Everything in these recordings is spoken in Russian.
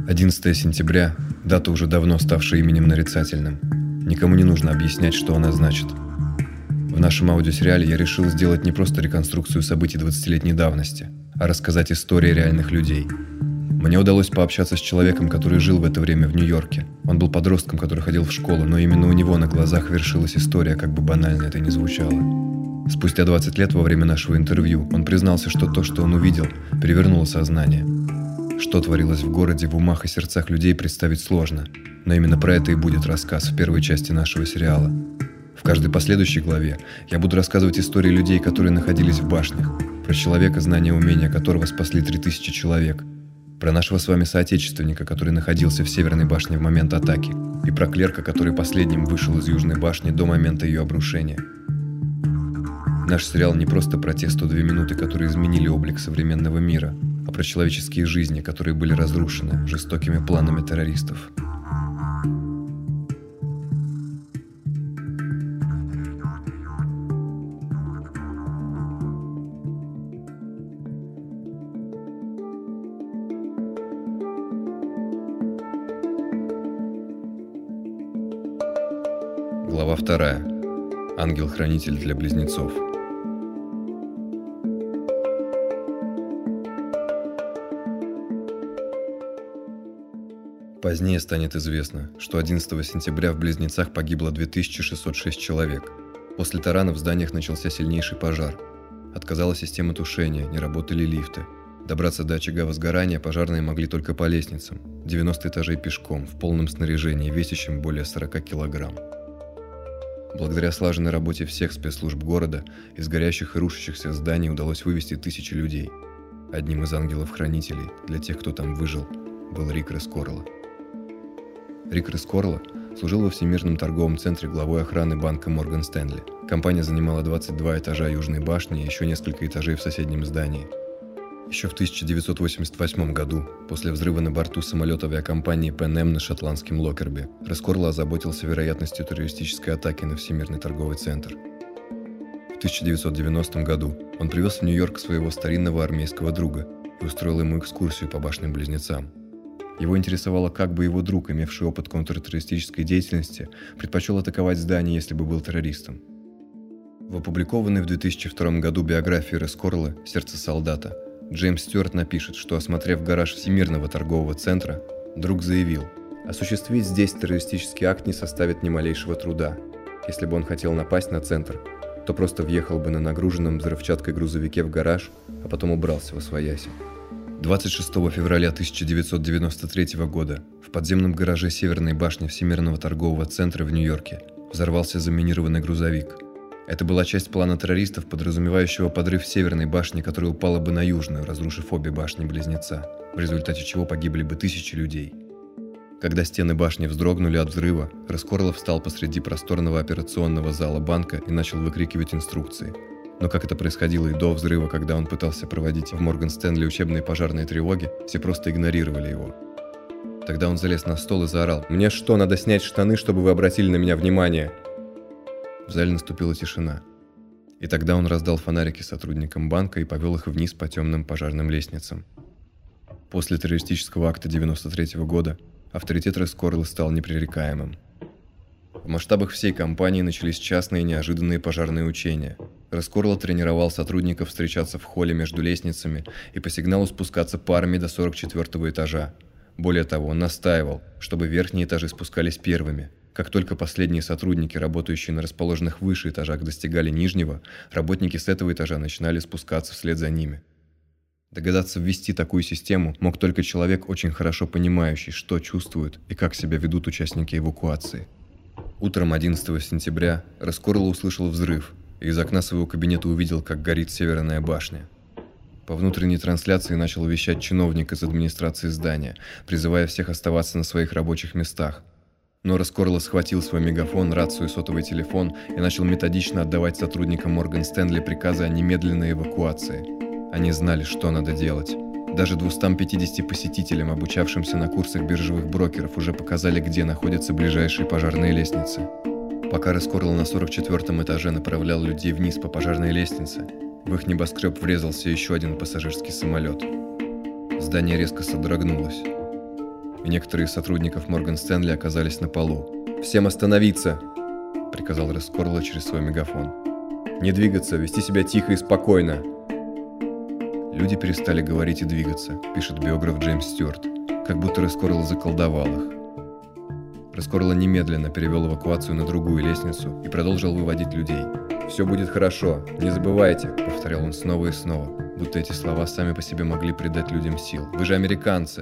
11 сентября – дата, уже давно ставшая именем нарицательным. Никому не нужно объяснять, что она значит. В нашем аудиосериале я решил сделать не просто реконструкцию событий 20-летней давности, а рассказать истории реальных людей. Мне удалось пообщаться с человеком, который жил в это время в Нью-Йорке. Он был подростком, который ходил в школу, но именно у него на глазах вершилась история, как бы банально это ни звучало. Спустя 20 лет во время нашего интервью он признался, что то, что он увидел, перевернуло сознание. Что творилось в городе, в умах и сердцах людей, представить сложно. Но именно про это и будет рассказ в первой части нашего сериала. В каждой последующей главе я буду рассказывать истории людей, которые находились в башнях, про человека, знания и умения которого спасли 3000 человек, про нашего с вами соотечественника, который находился в Северной башне в момент атаки, и про клерка, который последним вышел из Южной башни до момента ее обрушения. Наш сериал не просто про те 102 минуты, которые изменили облик современного мира, а про человеческие жизни, которые были разрушены жестокими планами террористов. Глава 2. Ангел-хранитель для близнецов. Позднее станет известно, что 11 сентября в Близнецах погибло 2606 человек. После тарана в зданиях начался сильнейший пожар. Отказала система тушения, не работали лифты. Добраться до очага возгорания пожарные могли только по лестницам, 90 этажей пешком, в полном снаряжении, весящем более 40 килограмм. Благодаря слаженной работе всех спецслужб города из горящих и рушащихся зданий удалось вывести 1000 людей. Одним из ангелов-хранителей для тех, кто там выжил, был Рик Рескорло. Рик Рескорло служил во Всемирном торговом центре главой охраны банка Морган Стэнли. Компания занимала 22 этажа Южной башни и еще несколько этажей в соседнем здании. Еще в 1988 году, после взрыва на борту самолета авиакомпании Pan Am на шотландском Локерби, Рескорло озаботился вероятностью террористической атаки на Всемирный торговый центр. В 1990 году он привез в Нью-Йорк своего старинного армейского друга и устроил ему экскурсию по башням-близнецам. Его интересовало, как бы его друг, имевший опыт контртеррористической деятельности, предпочел атаковать здание, если бы был террористом. В опубликованной в 2002 году биографии Рескорло «Сердце солдата» Джеймс Стюарт напишет, что, осмотрев гараж Всемирного торгового центра, друг заявил: «Осуществить здесь террористический акт не составит ни малейшего труда. Если бы он хотел напасть на центр, то просто въехал бы на нагруженном взрывчаткой грузовике в гараж, а потом убрался восвояси». 26 февраля 1993 года в подземном гараже Северной башни Всемирного торгового центра в Нью-Йорке взорвался заминированный грузовик. Это была часть плана террористов, подразумевающего подрыв Северной башни, которая упала бы на Южную, разрушив обе башни-близнеца, в результате чего погибли бы 1000 людей. Когда стены башни вздрогнули от взрыва, Рескорло встал посреди просторного операционного зала банка и начал выкрикивать инструкции. Но как это происходило и до взрыва, когда он пытался проводить в Морган Стэнли учебные пожарные тревоги, все просто игнорировали его. Тогда он залез на стол и заорал: «Мне что, надо снять штаны, чтобы вы обратили на меня внимание?» В зале наступила тишина. И тогда он раздал фонарики сотрудникам банка и повел их вниз по темным пожарным лестницам. После террористического акта 1993 года авторитет Рескорло стал непререкаемым. В масштабах всей компании начались частные неожиданные пожарные учения. Рескорло тренировал сотрудников встречаться в холле между лестницами и по сигналу спускаться парами до 44-го этажа. Более того, он настаивал, чтобы верхние этажи спускались первыми. Как только последние сотрудники, работающие на расположенных выше этажах, достигали нижнего, работники с этого этажа начинали спускаться вслед за ними. Догадаться ввести такую систему мог только человек, очень хорошо понимающий, что чувствуют и как себя ведут участники эвакуации. Утром 11 сентября Рескорло услышал взрыв и из окна своего кабинета увидел, как горит Северная башня. По внутренней трансляции начал вещать чиновник из администрации здания, призывая всех оставаться на своих рабочих местах. Но Рескорло схватил свой мегафон, рацию и сотовый телефон и начал методично отдавать сотрудникам Морган Стэнли приказы о немедленной эвакуации. Они знали, что надо делать. Даже 250 посетителям, обучавшимся на курсах биржевых брокеров, уже показали, где находятся ближайшие пожарные лестницы. Пока Рескорло на 44-м этаже направлял людей вниз по пожарной лестнице, в их небоскреб врезался еще один пассажирский самолет. Здание резко содрогнулось. и некоторые из сотрудников Морган Стэнли оказались на полу. «Всем остановиться!» – приказал Рескорло через свой мегафон. «Не двигаться, вести себя тихо и спокойно!» Люди перестали говорить и двигаться, пишет биограф Джеймс Стюарт, как будто Рескорло заколдовал их. Рескорло немедленно перевел эвакуацию на другую лестницу и продолжил выводить людей. «Все будет хорошо, не забывайте», — повторял он снова и снова, будто эти слова сами по себе могли придать людям сил. «Вы же американцы!»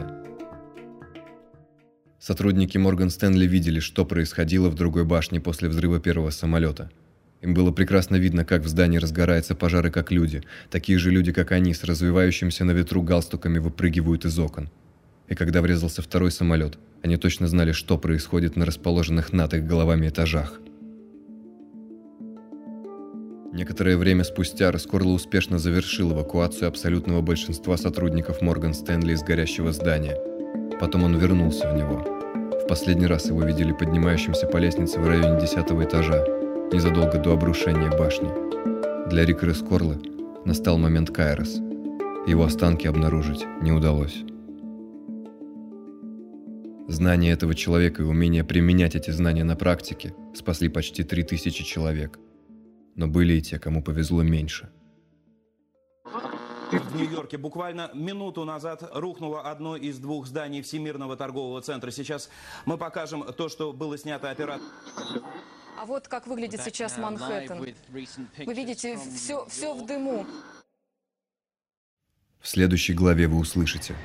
Сотрудники Морган Стэнли видели, что происходило в другой башне после взрыва первого самолета. Им было прекрасно видно, как в здании разгорается пожар и как люди, такие же люди, как они, с развивающимися на ветру галстуками выпрыгивают из окон. И когда врезался второй самолет, они точно знали, что происходит на расположенных над их головами этажах. Некоторое время спустя Рескорло успешно завершил эвакуацию абсолютного большинства сотрудников Морган Стэнли из горящего здания. Потом он вернулся в него. В последний раз его видели поднимающимся по лестнице в районе 10-го этажа, незадолго до обрушения башни. Для Рика Рескорло настал момент Кайрос. Его останки обнаружить не удалось. Знание этого человека и умение применять эти знания на практике спасли почти 3000 человек. Но были и те, кому повезло меньше. В Нью-Йорке буквально минуту назад рухнуло одно из двух зданий Всемирного торгового центра. Сейчас мы покажем то, что было снято оператором. А вот как выглядит сейчас Манхэттен. Вы видите, все в дыму. В следующей главе вы услышите.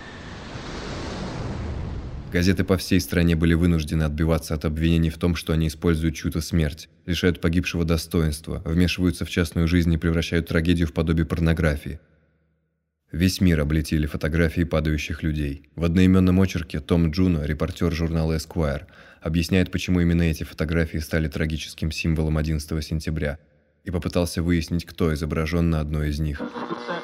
Газеты по всей стране были вынуждены отбиваться от обвинений в том, что они используют чью-то смерть, лишают погибшего достоинства, вмешиваются в частную жизнь и превращают трагедию в подобие порнографии. Весь мир облетели фотографии падающих людей. В одноименном очерке Том Джуно, репортер журнала Esquire, объясняет, почему именно эти фотографии стали трагическим символом 11 сентября, и попытался выяснить, кто изображен на одной из них.